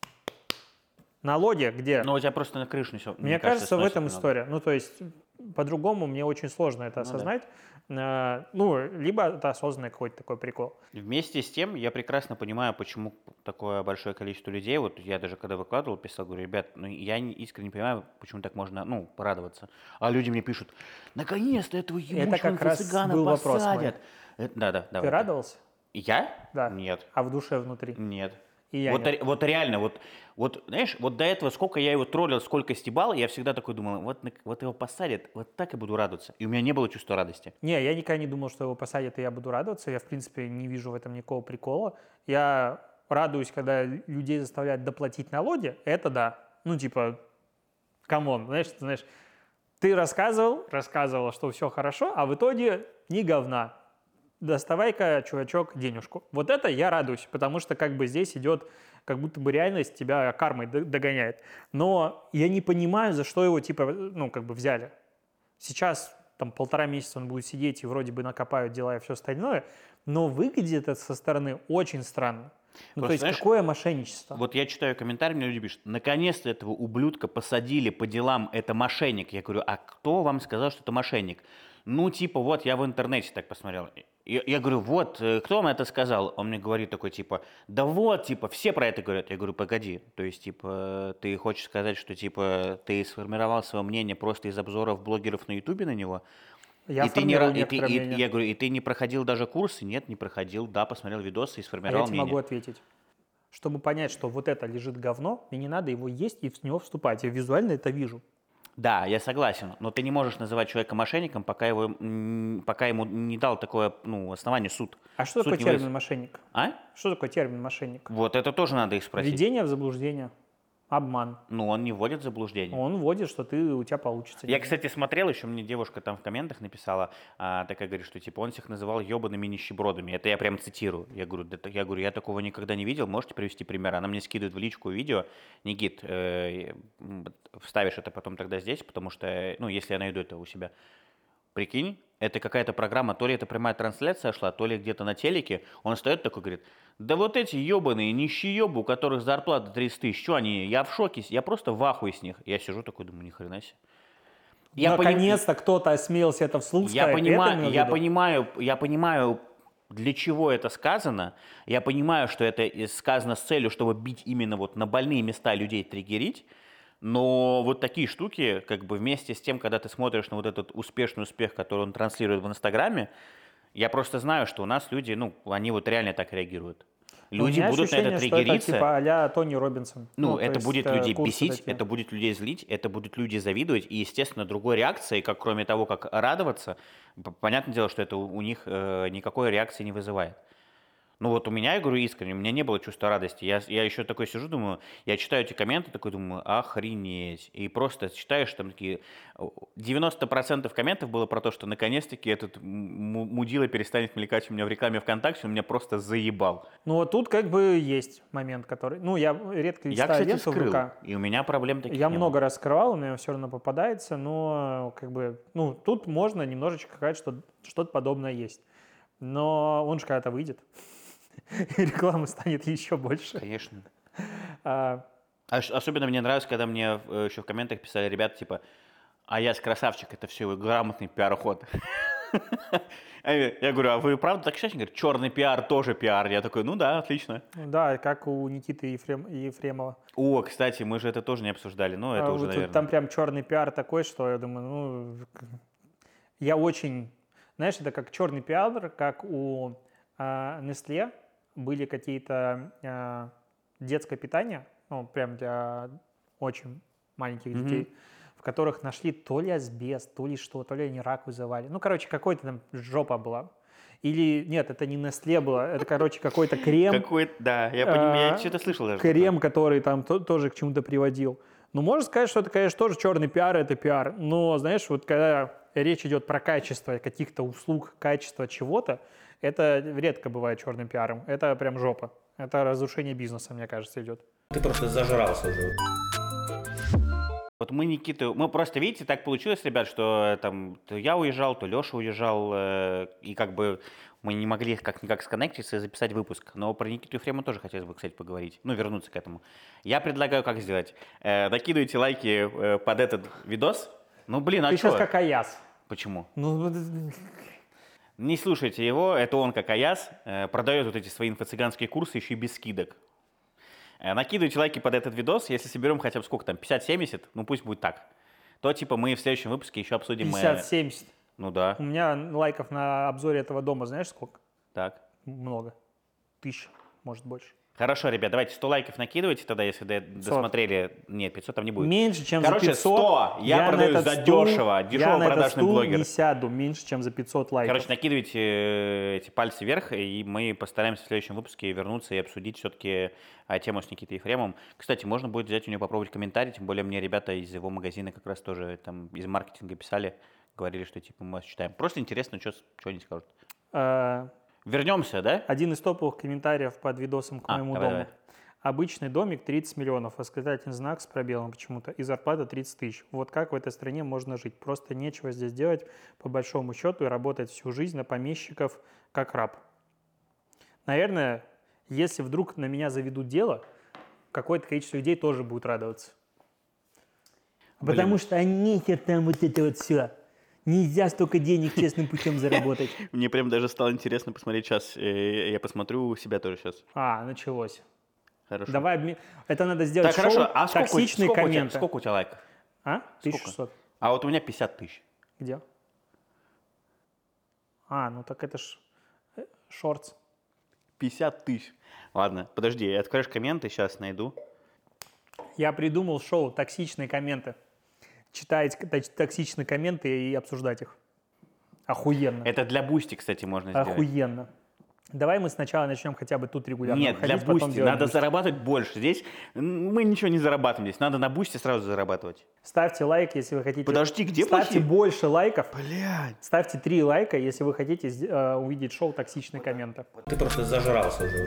налоги где? Но у тебя просто на крышу не все. Мне кажется, в этом история. Ну, то есть, по-другому мне очень сложно это Ну да. осознать. А, Ну, либо это осознанный какой-то такой прикол. Вместе с тем, я прекрасно понимаю, почему такое большое количество людей, вот я даже когда выкладывал, писал, говорю, ребят, ну я не- искренне не понимаю, почему так можно, ну, порадоваться. А люди мне пишут, наконец-то этого ебучего как раз инфо-цыгана был вопрос мой. посадят. Это- да, да, Ты давай. радовался? Я? Да. Нет, А в душе внутри? нет. И я Вот, нет. ре- вот реально, вот, вот, знаешь, вот до этого сколько я его троллил, сколько стебал, я всегда такой думал, вот, на- вот его посадят, вот так и буду радоваться. И у меня не было чувства радости. Не, я никогда не думал, что его посадят, и я буду радоваться. Я, в принципе, не вижу в этом никакого прикола. Я радуюсь, когда людей заставляют доплатить налоги. Это да. Ну, типа, камон, знаешь, ты знаешь, ты рассказывал, рассказывал, что все хорошо, а в итоге ни говна. Доставай-ка, чувачок, денежку. Вот это я радуюсь, потому что как бы здесь идет, как будто бы реальность тебя кармой д- догоняет. Но я не понимаю, за что его, типа, ну, как бы взяли. Сейчас там полтора месяца он будет сидеть и вроде бы накопают дела и все остальное, но выглядит это со стороны очень странно. Ну, то Просто, есть знаешь, какое мошенничество? вот я читаю комментарии, мне люди пишут, наконец-то этого ублюдка посадили по делам, это мошенник. Я говорю, а кто вам сказал, что это мошенник? Ну, типа, вот я в интернете так посмотрел. Я, я говорю, вот, э, кто вам это сказал? Он мне говорит такой, типа, да вот, типа, все про это говорят. Я говорю, погоди, то есть, типа, ты хочешь сказать, что, типа, ты сформировал свое мнение просто из обзоров блогеров на ютубе на него? Я И ты не, ра- формирую и ты, некоторое и, и мнение, я говорю, и ты не проходил даже курсы? Нет, не проходил, да, посмотрел видосы и а я сформировал тебе могу мнение. ответить. Чтобы понять, что вот это лежит говно, мне не надо его есть и в него вступать. Я визуально это вижу. Да, я согласен, но ты не можешь называть человека мошенником, пока, его, м, пока ему не дал такое ну, основание суд. А что Суд такое не термин вынес. мошенник? А? Что такое термин мошенник? Вот это тоже надо их спросить. Введение в заблуждение, обман. Ну, он не вводит в заблуждение. Он вводит, что ты, у тебя получится. Я, кстати, смотрел, еще мне девушка там в комментах написала, а, такая говорит, что типа он всех называл ебаными нищебродами. Это я прям цитирую. Я говорю, да, так- я говорю, я такого никогда не видел, можете привести пример? Она мне скидывает в личку видео. Никит, э, м, вставишь это потом тогда здесь, потому что, э, ну, если я найду это у себя. Прикинь, это какая-то программа, то ли это прямая трансляция шла, то ли где-то на телеке. Он встает такой, говорит, да вот эти ебаные нищеебы, у которых зарплата тридцать тысяч, что они, я в шоке, я просто в ахуе с них. Я сижу такой, думаю, ни хрена себе. Я, поним- Наконец-то кто-то осмелился это вслух я, сказать. Ты это понимаю, имел в я виду? понимаю, я понимаю, для чего это сказано. Я понимаю, что это и сказано с целью, чтобы бить именно вот на больные места людей, триггерить. Но вот такие штуки, как бы вместе с тем, когда ты смотришь на вот этот успешный успех, который он транслирует в Инстаграме, я просто знаю, что у нас люди, ну, они вот реально так реагируют. У Люди меня будут на это ощущение, что это триггериться. типа а-ля Тони Робинсон. Ну, то это есть, будет э, людей курсы бесить, такие. это будет людей злить, это будут люди завидовать. И, естественно, другой реакции, как кроме того, как радоваться, п- понятное дело, что это у, у них э, никакой реакции не вызывает. Ну вот у меня, я говорю искренне, у меня не было чувства радости. Я, я еще такой сижу, думаю, я читаю эти комменты, такой думаю, охренеть. И просто читаешь там такие... о, девяносто процентов комментов было про то, что наконец-таки этот м- м- мудила перестанет мелькать у меня в рекламе ВКонтакте, он меня просто заебал. Ну вот тут как бы есть момент, который... Ну, я редко Я, листаю кстати, ленту в скрыл, ВК. и у меня проблем таких Я не много было. раз скрывал, у меня все равно попадается, но как бы... Ну, тут можно немножечко сказать, что что-то подобное есть. Но он же когда-то выйдет, и реклама станет еще больше. Конечно. А, А ш- особенно мне нравится, когда мне э, еще в комментах писали ребята, типа, а я красавчик, это все грамотный пиар-ход. А Я я говорю, а вы правда так считаете? Говорят, черный пиар тоже пиар. Я такой, ну да, отлично. да, как у Никиты Ефрем- Ефремова. О, кстати, мы же это тоже не обсуждали, но это А, уже, вот тут наверное. там прям черный пиар такой, что я думаю, ну, к- я очень, знаешь, это как черный пиар, как у а, Nestle были какие-то а, детское питание, ну, прям для очень маленьких Мгм. детей, в которых нашли то ли асбест, то ли что, то ли они рак вызывали. Ну, короче, какой-то там жопа была. Или, нет, это не Nestle было, это, короче, какой-то крем, Какой, да, я понимаю, я а, что-то слышал даже. такое. крем, который там то- тоже к чему-то приводил. Ну, можно сказать, что это, конечно, тоже черный пиар, это пиар. Но, знаешь, вот когда речь идет про качество каких-то услуг, качество чего-то, это редко бывает черным пиаром. Это прям жопа. Это разрушение бизнеса, мне кажется, идет. Ты просто зажрался уже. Вот мы, Никита, мы просто, видите, так получилось, ребят, что э, там то я уезжал, то Леша уезжал, э, и как бы мы не могли как-никак сконнектиться и записать выпуск. Но про Никиту Ефремова тоже хотелось бы, кстати, поговорить, ну, вернуться к этому. Я предлагаю, как сделать. Э, накидывайте лайки э, под этот видос. Ну, блин, а Ты сейчас что? как Аяс. Почему? Ну, Не слушайте его, это он, как Аяс, э, продает вот эти свои инфо-цыганские курсы еще и без скидок. Э, Накидывайте лайки под этот видос, если соберем хотя бы сколько там, пятьдесят-семьдесят, ну пусть будет так. То типа мы в следующем выпуске еще обсудим... э, пятьдесят-семьдесят. Ну да, У меня лайков на обзоре этого дома, знаешь, сколько? так. Много. Тысяча, может, больше. Хорошо, ребят, давайте сто лайков накидывайте тогда, если до- досмотрели. Нет, пятьсот там не будет. Меньше, чем Короче, за пятьсот. сто. Я, на продаю этот за стул- дешево. Я Дешево на этот продажный стул блогер. не сяду меньше, чем за пятьсот лайков. Короче, накидывайте э, эти пальцы вверх, и мы постараемся в следующем выпуске вернуться и обсудить все-таки тему с Никитой Ефремовым. Кстати, можно будет взять у него попробовать комментарий, тем более мне ребята из его магазина как раз тоже там из маркетинга писали, говорили, что типа мы вас читаем. Просто интересно, что они скажут. А, Вернемся, да? Один из топовых комментариев под видосом к А, моему давай, дому. давай. Обычный домик тридцать миллионов, восклицательный знак с пробелом почему-то, и зарплата тридцать тысяч. Вот как в этой стране можно жить? Просто нечего здесь делать по большому счету и работать всю жизнь на помещиков как раб. Наверное, если вдруг на меня заведут дело, какое-то количество людей тоже будет радоваться. Блин. Потому что а нехер там вот это вот все. Нельзя столько денег честным путем заработать. Мне прям даже стало интересно посмотреть сейчас. Я посмотрю у себя тоже сейчас. А, началось. Хорошо. Давай, обме- это надо сделать Так, шоу, хорошо. А сколько, токсичные сколько, у тебя, комменты. сколько у тебя лайков? А? тысяча шестьсот. А вот у меня пятьдесят тысяч. Где? А, ну так это ж э, шортс. пятьдесят тысяч. Ладно, подожди, откроешь комменты, сейчас найду. Я придумал шоу «Токсичные комменты». Читать точ- токсичные комменты и обсуждать их. Охуенно. Это для Бусти, кстати, можно сделать. Охуенно. Давай мы сначала начнем хотя бы тут регулярно Нет, для ходить, потом Бусти. делать Надо Boosty. зарабатывать больше. Здесь м, мы ничего не зарабатываем. Здесь надо на Бусти сразу зарабатывать. Ставьте лайк, если вы хотите. Подожди, где Ставьте плохие? больше лайков. Блядь. Ставьте три лайка, если вы хотите э, увидеть шоу «Токсичные комменты». Ты просто зажрался уже.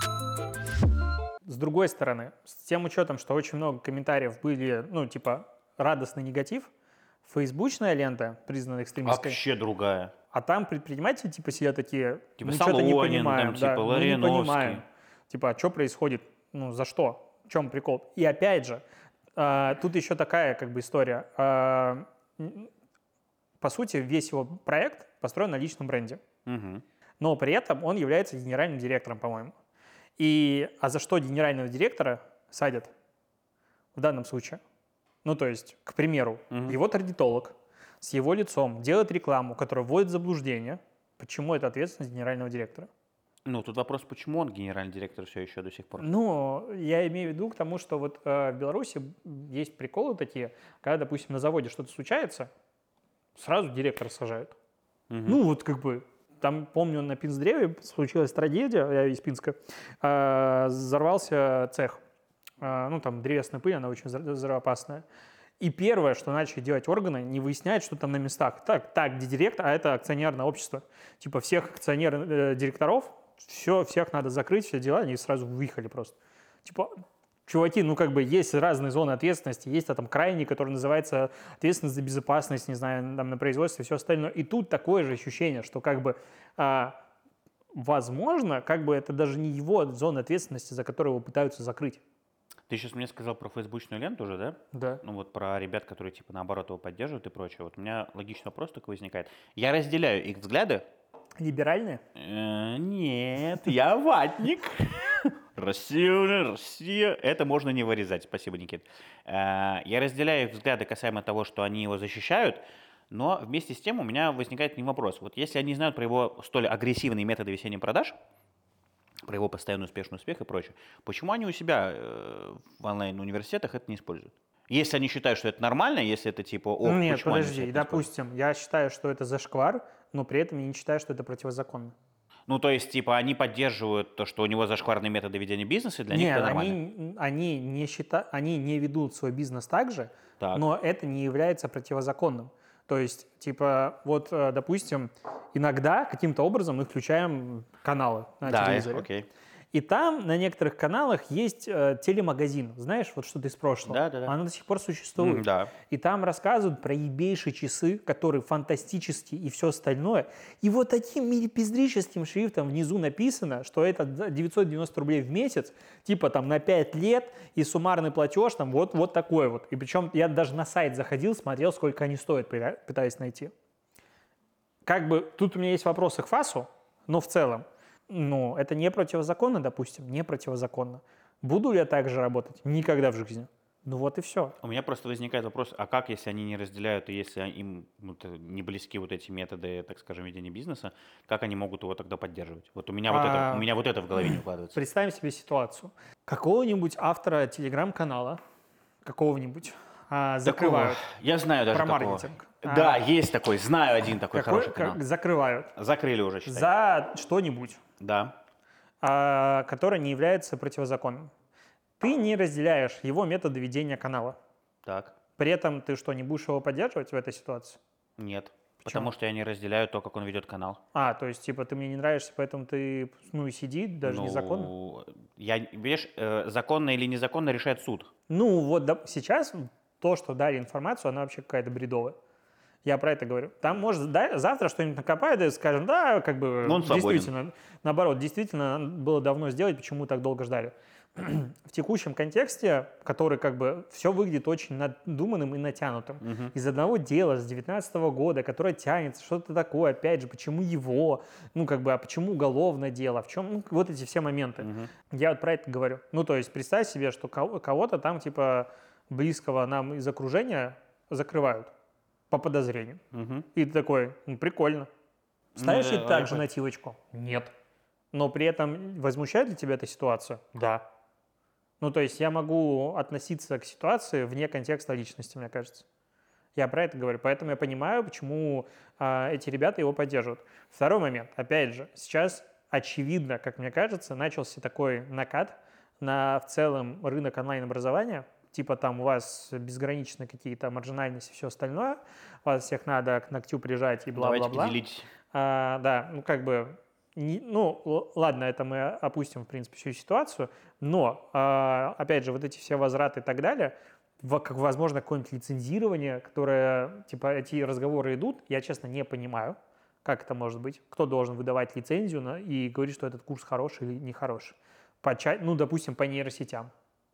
С другой стороны, с тем учетом, что очень много комментариев были, ну, типа, радостный негатив, фейсбучная лента, признанная экстремистской, Вообще другая. а там предприниматели, типа, сидят такие, Типа мы что-то не Солонин, понимаем, там, да, типа мы не Лариновский. понимаем, типа, а что происходит, ну, за что, в чем прикол? И опять же, а, тут еще такая, как бы, история. А, м, по сути, весь его проект построен на личном бренде, Угу. но при этом он является генеральным директором, по-моему. И, а за что генерального директора садят в данном случае? Ну, то есть, к примеру, Мгм. его таргетолог с его лицом делает рекламу, которая вводит в заблуждение. Почему это ответственность генерального директора? Ну, тут вопрос, почему он генеральный директор все еще до сих пор? Ну, я имею в виду к тому, что вот э, в Беларуси есть приколы такие, когда, допустим, на заводе что-то случается, сразу директора сажают. Мгм. Ну, вот как бы, там, помню, на Пинсдреве случилась трагедия, я из Пинска, а, взорвался цех. А, ну, там древесная пыль, она очень взрыв- взрывоопасная. И первое, что начали делать органы, не выяснять, что там на местах. Так, так, где директор, а это акционерное общество. Типа всех акционеров, э, директоров, все, всех надо закрыть, все дела, они сразу выехали просто. Типа, чуваки, ну как бы есть разные зоны ответственности, есть а, там крайний, который называется ответственность за безопасность, не знаю, там на производстве и все остальное. И тут такое же ощущение, что как бы а, возможно, как бы это даже не его зона ответственности, за которую его пытаются закрыть. Ты сейчас мне сказал про фейсбучную ленту уже, да? Да. Ну вот про ребят, которые типа наоборот его поддерживают и прочее. Вот у меня логичный вопрос только возникает. Я разделяю их взгляды. Либеральные? Э, Нет, я ватник. Россия, Россия. Это можно не вырезать. Спасибо, Никит. Э, Я разделяю их взгляды касаемо того, что они его защищают, но вместе с тем у меня возникает не вопрос. Вот если они знают про его столь агрессивные методы весенних продаж, про его постоянный успешный успех и прочее, почему они у себя э, в онлайн-университетах это не используют? Если они считают, что это нормально, если это типа, ох, Нет, почему они у себя подожди, это не используют? допустим, я считаю, что это зашквар, но при этом я не считаю, что это противозаконно. Ну, то есть, типа, они поддерживают то, что у него зашкварные методы ведения бизнеса, и для них Нет, это нормально. они, они, не счита... они не ведут свой бизнес так же, Так. но это не является противозаконным. То есть, типа, вот, э, допустим, иногда каким-то образом мы включаем каналы на Да, телевизоре. окей. И там на некоторых каналах есть э, телемагазин. Знаешь, вот что-то из прошлого. Да, да, да. Оно до сих пор существует. М, да. И там рассказывают про ебейшие часы, которые фантастические и все остальное. И вот таким милипиздрическим шрифтом внизу написано, что это девятьсот девяносто рублей в месяц, типа там на пять лет, и суммарный платеж там вот, вот такой вот. И причем я даже на сайт заходил, смотрел, сколько они стоят, пыта- пытаясь найти. Как бы тут у меня есть вопросы к ФАСу, но в целом, ну, это не противозаконно, допустим, не противозаконно. Буду ли я так же работать? Никогда в жизни. Ну вот и все. У меня просто возникает вопрос, а как, если они не разделяют, и если им ну, т- не близки вот эти методы, так скажем, ведения бизнеса, как они могут его тогда поддерживать? Вот у меня вот это, у А, меня вот это в голове не укладывается. Представим себе ситуацию. Какого-нибудь автора телеграм-канала, какого-нибудь, а, закрывают. Такого, я знаю даже Про какого. маркетинг. Да, А, есть такой, знаю один такой какой- хороший канал. как- закрывают Закрыли уже, считай. за что-нибудь, Да, а, которое не является противозаконным. Ты не разделяешь его методы ведения канала. так, При этом ты что, не будешь его поддерживать в этой ситуации? нет. Почему? Потому что я не разделяю то, как он ведет канал. А, то есть, типа, ты мне не нравишься, поэтому ты, ну, и сиди, даже Ну, незаконно? Я, видишь, э, законно или незаконно решает суд. Ну, вот да, сейчас то, что дали информацию, она вообще какая-то бредовая. Я про это говорю. Там, может, да, завтра что-нибудь накопает и скажем, да, как бы, Ну, он свободен. действительно, наоборот, действительно было давно сделать, почему так долго ждали. В текущем контексте, который как бы все выглядит очень надуманным и натянутым. Мгм. Из одного дела с девятнадцатого года, которое тянется, что-то такое, опять же, почему его, ну как бы, а почему уголовное дело, в чем, ну, вот эти все моменты. Мгм. Я вот про это говорю. Ну то есть представь себе, что кого- кого-то там типа близкого нам из окружения закрывают по подозрению. Мгм. И ты такой, ну прикольно. Ставишь Ну, ли да, так я же понял. нативочку? Нет. Но при этом возмущает ли тебя эта ситуация? Да. Ну, то есть я могу относиться к ситуации вне контекста личности, мне кажется. Я про это говорю. Поэтому я понимаю, почему а, эти ребята его поддерживают. Второй момент. Опять же, сейчас очевидно, как мне кажется, начался такой накат на в целом рынок онлайн-образования. Типа там у вас безграничные какие-то маржинальности и все остальное. Вас всех надо к ногтю прижать и Давайте бла-бла-бла. делитесь. А, да, ну как бы, не- ну л- ладно, это мы опустим, в принципе, всю ситуацию, но, а, опять же, вот эти все возвраты и так далее, во- как, возможно, какое-нибудь лицензирование, которое, типа, эти разговоры идут, я, честно, не понимаю, как это может быть, кто должен выдавать лицензию на- и говорить, что этот курс хороший или нехороший. По ча- ну, допустим, по нейросетям.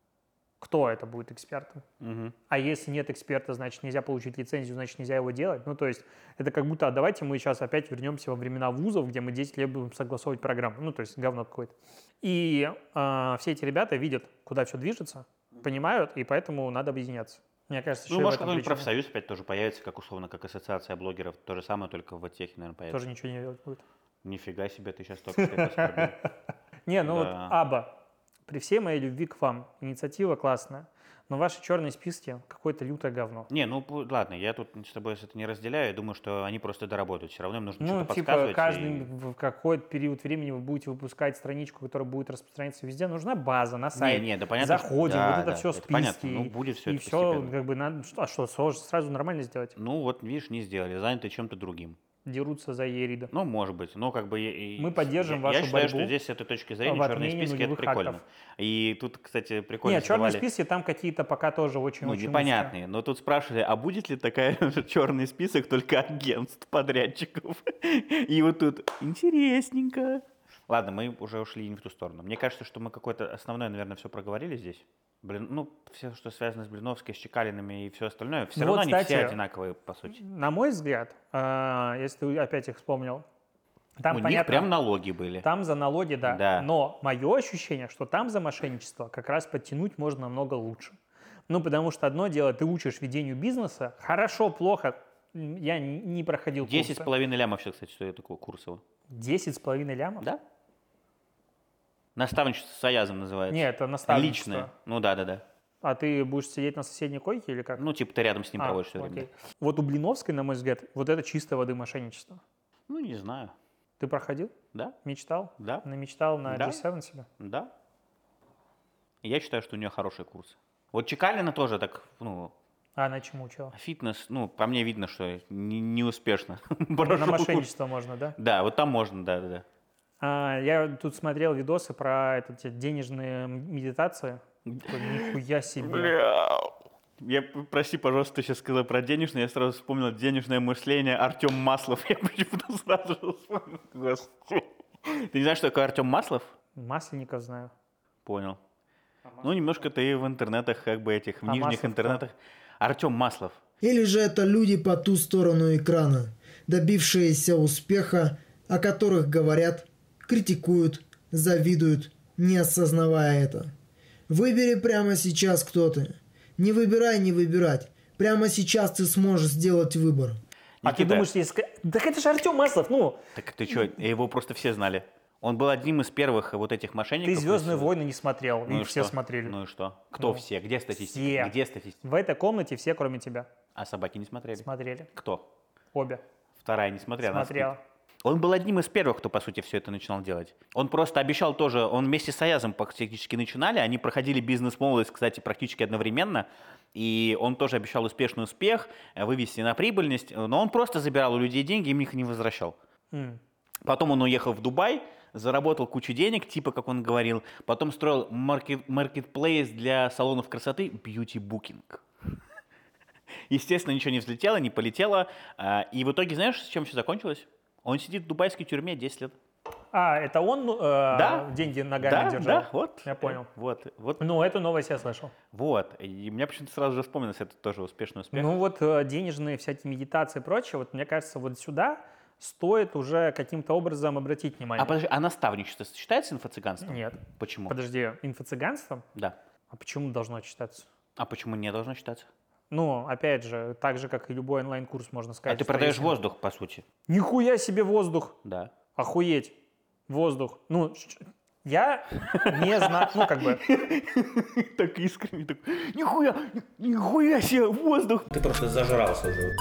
Кто это будет экспертом? Мгм. А если нет эксперта, значит, нельзя получить лицензию, значит, нельзя его делать. Ну, то есть это как будто, а давайте мы сейчас опять вернемся во времена вузов, где мы десять лет будем согласовывать программу. Ну, то есть говно какое-то. И а, все эти ребята видят, куда все движется, понимают, и поэтому надо объединяться. Мне кажется, еще Ну, и в может, этом какой-нибудь причина. профсоюз опять тоже появится, как условно, как ассоциация блогеров. То же самое, только в техе, наверное, появится. Тоже ничего не делать будет. Нифига себе, ты сейчас только что оскорбил. Не, ну вот Да. Аба, при всей моей любви к вам, инициатива классная, но ваши черные списки какое-то лютое говно. Не, ну пу- ладно, я тут с тобой это не разделяю. Я думаю, что они просто доработают. Все равно им нужно Ну, что-то типа, подсказывать. каждый и- в какой-то период времени вы будете выпускать страничку, которая будет распространяться везде. Нужна база на Не, сайт. не, да понятно. что- Заходим, да, вот это да, все это списки. понятно. Ну, будет все и это все, постепенно. как бы, надо, что- а что, сложно сразу нормально сделать? Ну, вот, видишь, не сделали, заняты чем-то другим. Дерутся за Ерида. Ну, может быть. Ну, как бы... и- и- Мы поддержим я, вашу Я считаю, борьбу что здесь с этой точки зрения в черные отмене списки — это нулевых прикольно. актов. И тут, кстати, прикольно Нет, черные задавали- списки там какие-то пока тоже очень Ну, очень непонятные. Но тут спрашивали, а будет ли такая черный список только агентств, подрядчиков? И вот тут интересненько. Ладно, мы уже ушли не в ту сторону. Мне кажется, что мы какое-то основное, наверное, все проговорили здесь. Блин, ну, все, что связано с Блиновской, с Чекалиными и все остальное, все Ну равно вот, они все кстати, одинаковые, по сути. На мой взгляд, а, если ты опять их вспомнил, там У них понятно, прям налоги были. там за налоги, да. Да. Но мое ощущение, что там за мошенничество как раз подтянуть можно намного лучше. Ну, потому что одно дело, ты учишь ведению бизнеса, хорошо, плохо, м, я н- не проходил Десять с курсы. половиной лямов все, кстати, стоит такого Курсова. Десять с половиной лямов? Да? Наставничество с Аязом называется. Нет, это наставничество. Личное. Ну да, да, да. А ты будешь сидеть на соседней койке или как? Ну, типа ты рядом с ним А, проводишь все время. окей. Вот у Блиновской, на мой взгляд, вот это чистой воды мошенничество. Ну, не знаю. Ты проходил? Да? Мечтал? Да. Намечтал на Да. джи семь себе? Да. Я считаю, что у нее хороший курс. Вот Чекалина тоже так, ну, А на чему учила? фитнес, ну, по мне видно, что не, не успешно. На мошенничество можно, да? Да, вот там можно, да, да, да. А, я тут смотрел видосы про это, те денежные медитации. Такой, нихуя себе. Бля. Я, прости, пожалуйста, ты сейчас сказал про денежное, я сразу вспомнил денежное мышление Артем Маслов. Я почему-то сразу же вспомнил. Господи. Ты не знаешь, что такое Артем Маслов? Масленников знаю. Понял. Ну, немножко ты в интернетах, как бы этих, в А нижних Маслов кто? интернетах. Артем Маслов. Или же это люди по ту сторону экрана, добившиеся успеха, о которых говорят, критикуют, завидуют, не осознавая это. Выбери прямо сейчас, кто ты. Не выбирай, не выбирать. Прямо сейчас ты сможешь сделать выбор. А ты Никита, думаешь, если... Так это же Артем Маслов, ну! Так ты что, его просто все знали. Он был одним из первых вот этих мошенников. Ты «Звездные из- войны» не смотрел, Ну и их все что? смотрели. Ну и что? Кто Ну, все? Где статистика? все. Где статистика? В этой комнате все, кроме тебя, А собаки не смотрели? смотрели. Кто? Обе. Вторая не смотрела. она Смотрела. спит. Он был одним из первых, кто, по сути, все это начинал делать. Он просто обещал тоже, он вместе с Аязом практически начинали, они проходили бизнес-молодость, кстати, практически одновременно, и он тоже обещал успешный успех, э, вывести на прибыльность, но он просто забирал у людей деньги, им их не возвращал. М. Потом он уехал в Дубай, заработал кучу денег, типа, как он говорил, потом строил маркет, маркетплейс для салонов красоты Beauty Booking. Естественно, ничего не взлетело, не полетело, а, и в итоге, знаешь, с чем все закончилось? Он сидит в дубайской тюрьме десять лет. А, это он э, Да. деньги ногами Да, держал? да, вот. Я понял. Вот, вот, Ну, эту новость я слышал. вот. И мне почему-то сразу же вспомнилось, это тоже успешный успех. Ну вот э, денежные всякие медитации и прочее, вот мне кажется, вот сюда стоит уже каким-то образом обратить внимание. А подожди, а наставничество считается инфо-цыганством? Нет. Почему? Подожди, инфо-цыганством? Да. А почему должно считаться? А почему не должно считаться? Ну, опять же, так же, как и любой онлайн-курс, можно А сказать. ты что продаешь если- воздух, по сути. Нихуя себе воздух! Да. Охуеть! Воздух. Ну, ш- я не знаю, ну, как бы, Так искренне, так, нихуя, нихуя себе, воздух. Ты просто зажрался уже.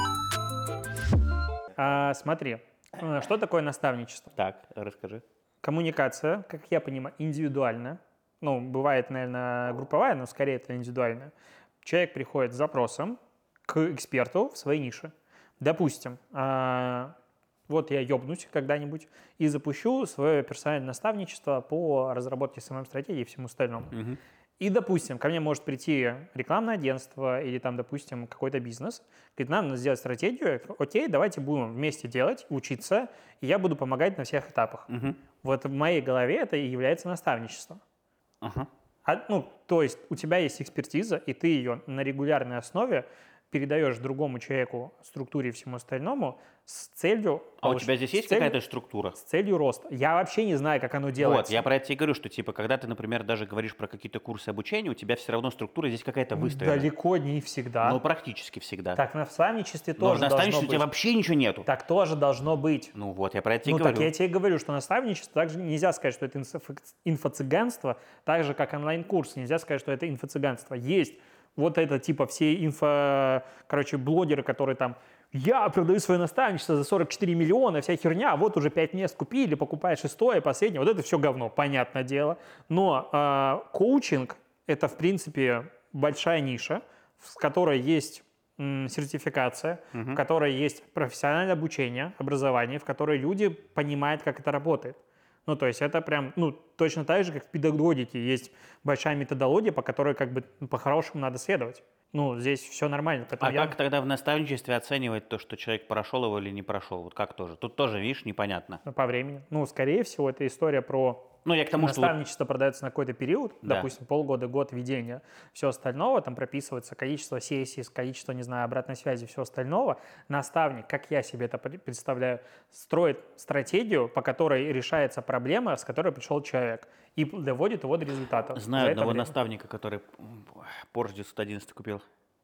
а, смотри, э, что такое наставничество? Так, расскажи. Коммуникация, как я понимаю, индивидуальная. Ну, бывает, наверное, групповая, но скорее это индивидуальная. Человек приходит с запросом к эксперту в своей нише. Допустим, а, вот я ёбнусь когда-нибудь и запущу свое персональное наставничество по разработке эс эм эм-стратегии и всему остальному. Мгм. И, допустим, ко мне может прийти рекламное агентство или там, допустим, какой-то бизнес. Говорит, нам надо сделать стратегию. Я говорю, окей, давайте будем вместе делать, учиться, и я буду помогать на всех этапах. Мгм. Вот в моей голове это и является наставничеством. Ага. А, ну, то есть у тебя есть экспертиза, и ты ее на регулярной основе передаешь другому человеку, структуре и всему остальному с целью... А у повыш- тебя здесь с есть целью- какая-то структура? С целью роста. Я вообще не знаю, как оно делается. Вот, я про это тебе говорю, что типа, когда ты, например, даже говоришь про какие-то курсы обучения, у тебя все равно структура здесь какая-то выстроена. Далеко не всегда. Ну, практически всегда. Так в наставничестве Но в тоже должно наставничестве у быть. тебя вообще ничего нету. Так тоже должно быть. Ну вот, я про это тебе Ну говорю. так я тебе и говорю, что наставничество также нельзя сказать, что это инфо- инфо-цыганство, так же, как онлайн-курс. Нельзя сказать, что это инфо-цыганство. Есть вот это типа все инфо, короче, блогеры, которые там я продаю свое наставничество за сорок четыре миллиона, вся херня, вот уже пять мест купили, покупаешь шестое, последнее. Вот это все говно, понятное дело. Но э, коучинг – это, в принципе, большая ниша, в которой есть м, сертификация, в которой есть профессиональное обучение, образование, в которой люди понимают, как это работает. Ну, то есть это прям, ну, точно так же, как в педагогике есть большая методология, по которой как бы ну, по-хорошему надо следовать. Ну, здесь все нормально. Поэтому А я- как тогда в наставничестве оценивать то, что человек прошел его или не прошел? Вот как тоже? Тут тоже, видишь, непонятно. По времени. Ну, скорее всего, это история про Ну, я к тому, что... вот- наставничество продается на какой-то период, Да. допустим, полгода, год ведения, все остального, там прописывается количество сессий, количество, не знаю, обратной связи, все остального. Наставник, как я себе это пр- представляю, строит стратегию, по которой решается проблема, с которой пришел человек, и доводит его до результата. За Знаю это одного время. наставника, который м, Porsche девятьсот одиннадцать купил.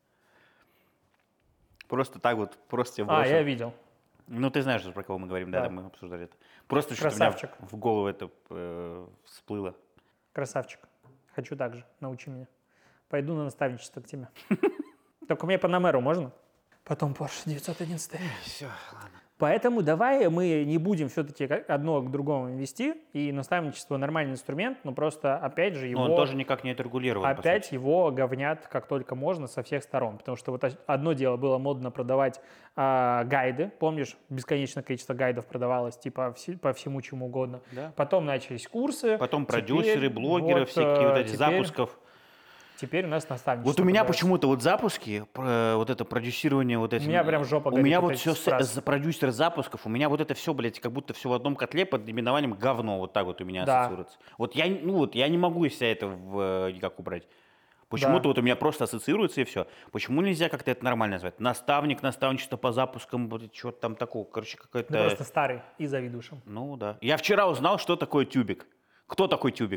Просто так вот, просто тебе А, бросил. я видел. Ну, ты знаешь, про кого мы говорим, да, Да. да, мы обсуждали это. Просто что-то у меня Красавчик. в голову это э, всплыло. Красавчик. Хочу так же. Научи меня. Пойду на наставничество к тебе. Только мне Панамеру можно? Потом Porsche девятьсот одиннадцать. Все, ладно. Поэтому давай мы не будем все-таки одно к другому вести. И наставничество нормальный инструмент, но просто опять же его... Но он тоже никак не отрегулирован, по Опять сути. его говнят как только можно со всех сторон. Потому что вот одно дело было модно продавать а, гайды. Помнишь, бесконечное количество гайдов продавалось типа вси- по всему чему угодно. Да. Потом начались курсы. Потом Теперь продюсеры, блогеры, вот, всякие вот э, эти теперь- запусков. Теперь у нас наставничество. Вот у меня продается. почему-то вот запуски, про- вот это продюсирование, вот эти... меня прям жопа У горит меня от вот этих все, фраз. продюсер запусков, у меня вот это все, блядь, как будто все в одном котле под именованием говно, вот так вот у меня Да. ассоциируется. Вот я, ну вот, я не могу из себя это в, э, никак убрать. Почему-то Да. вот у меня просто ассоциируется и все. Почему нельзя как-то это нормально назвать? Наставник, наставничество по запускам, вот что-то там такого, короче, какое-то... Ты просто старый и завидуешь им. Ну да. Я вчера узнал, что такое тюбик. Кто такой тюбик?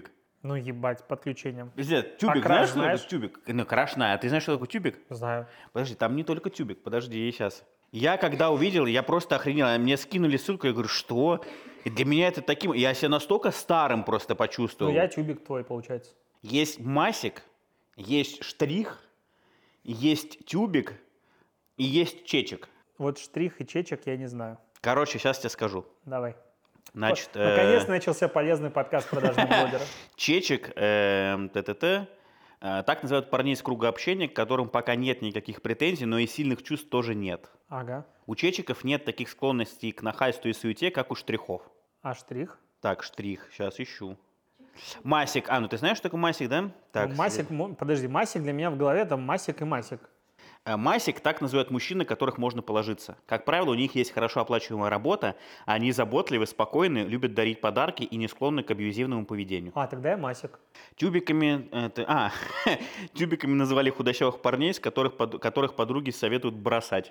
Ну, ебать, подключением. Пиздец, тюбик, А знаешь, краш что такое знаешь? тюбик? Ну, краш знаю. А ты знаешь, что такое тюбик? Знаю. Подожди, там не только тюбик, подожди, сейчас. Я когда увидел, я просто охренел. Мне скинули ссылку, я говорю, что? И для меня это таким... Я себя настолько старым просто Ну, почувствовал. я тюбик твой, получается. Есть масик, есть штрих, есть тюбик и есть чечек. Вот штрих и чечек я не знаю. Короче, сейчас тебе скажу. Давай. Значит, Вот, наконец э, начался полезный подкаст продажных блогеров. чечек, э, т.т.т. э, так называют парней из круга общения, к которым пока нет никаких претензий, но и сильных чувств тоже нет. Ага. У чечиков нет таких склонностей к нахальству и суете, как у штрихов. А штрих? Так, штрих, сейчас ищу. Масик, а, ну ты знаешь, что такое масик, да? Так, Ну, масик, мо- подожди, масик для меня в голове там масик и масик. Э, Масик так называют мужчин, на которых можно положиться. Как правило, у них есть хорошо оплачиваемая работа, они заботливы, спокойны, любят дарить подарки и не склонны к абьюзивному поведению. А, тогда я масик. Тюбиками, это, а, тюбиками называли худощавых парней, с которых, под- которых подруги советуют бросать.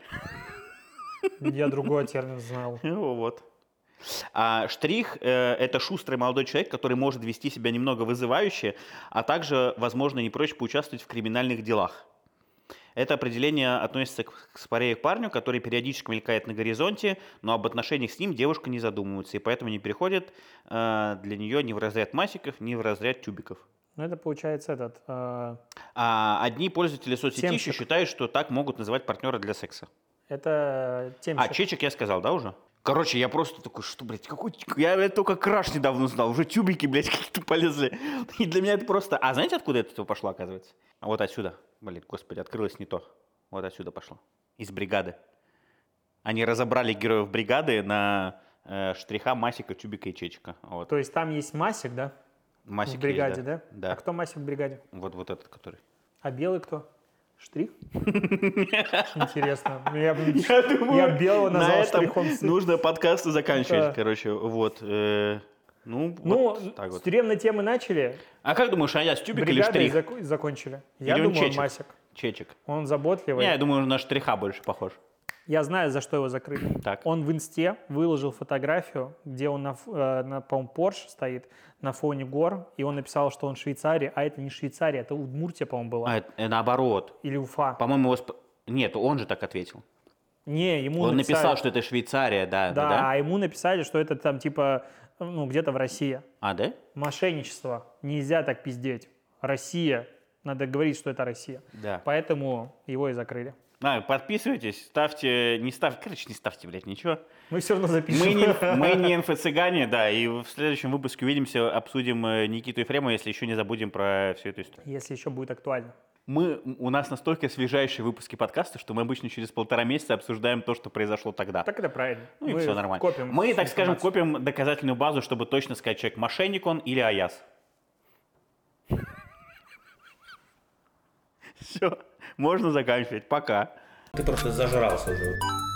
Я другой термин знал. Ну, вот. А штрих э, это шустрый молодой человек, который может вести себя немного вызывающе, а также, возможно, не прочь поучаствовать в криминальных делах. Это определение относится к, к скорее к парню, который периодически мелькает на горизонте, но об отношениях с ним девушка не задумывается, и поэтому не переходит э, для нее ни в разряд масиков, ни в разряд тюбиков. Ну, это получается этот... э, А одни пользователи соцсети еще Темщик. считают, что так могут называть партнера для секса. это А, темщик. чечек я сказал, да, уже? Короче, я просто такой, что, блядь, какой... Я это только краш недавно узнал, уже тюбики, блядь, какие-то полезли. И для меня это просто... А знаете, откуда это пошло, оказывается? А вот отсюда. Блин, господи, открылось не то. Вот отсюда пошло. Из бригады. Они разобрали героев бригады на э, штриха, масика, тюбика и чечика. Вот. То есть там есть масик, да? Масик в бригаде, есть, да? Да. А кто масик в бригаде? Вот, вот этот, который. А белый кто? Штрих? Интересно. Я, Я думаю, я белого на назвал этом штрихом. с- нужно подкасты заканчивать, Да. короче. Вот. э, ну, Ну, вот так с вот. тюремной темы начали, А как думаешь, а я с тюбик или бригадой штрих? зак- закончили. Я Или он думаю, он чечек? масик. Чечек. Он заботливый. Не, я думаю, он на штриха больше похож. Я знаю, за что его закрыли. Так. Он в инсте выложил фотографию, где он на, ф- э, на по-моему, Porsche стоит на фоне гор, и он написал, что он в Швейцарии, а это не Швейцария, это Удмуртия, по-моему, была. А, э, наоборот. Или Уфа. По-моему, его... сп- Нет, он же так ответил. Не, ему Он написали- написал, что это Швейцария, да. Да, Да? а ему написали, что это там типа, ну, где-то в России. А, да? Мошенничество. Нельзя так пиздеть. Россия. Надо говорить, что это Россия. Да. Поэтому его и закрыли. А, подписывайтесь, ставьте... Не ставьте, короче, не ставьте, блядь, ничего. Мы все равно запишем. Мы не, мы не инфо-цыгане, да, и в следующем выпуске увидимся, обсудим э, Никиту Ефремова, если еще не забудем про всю эту историю. Если еще будет актуально. Мы, у нас настолько свежайшие выпуски подкаста, что мы обычно через полтора месяца обсуждаем то, что произошло тогда. Так это правильно. Ну и Мы все нормально. копим мы, так скажем, информацию. копим доказательную базу, чтобы точно сказать, человек мошенник он или аяс. Все, можно заканчивать. Пока. Ты просто зажрался уже.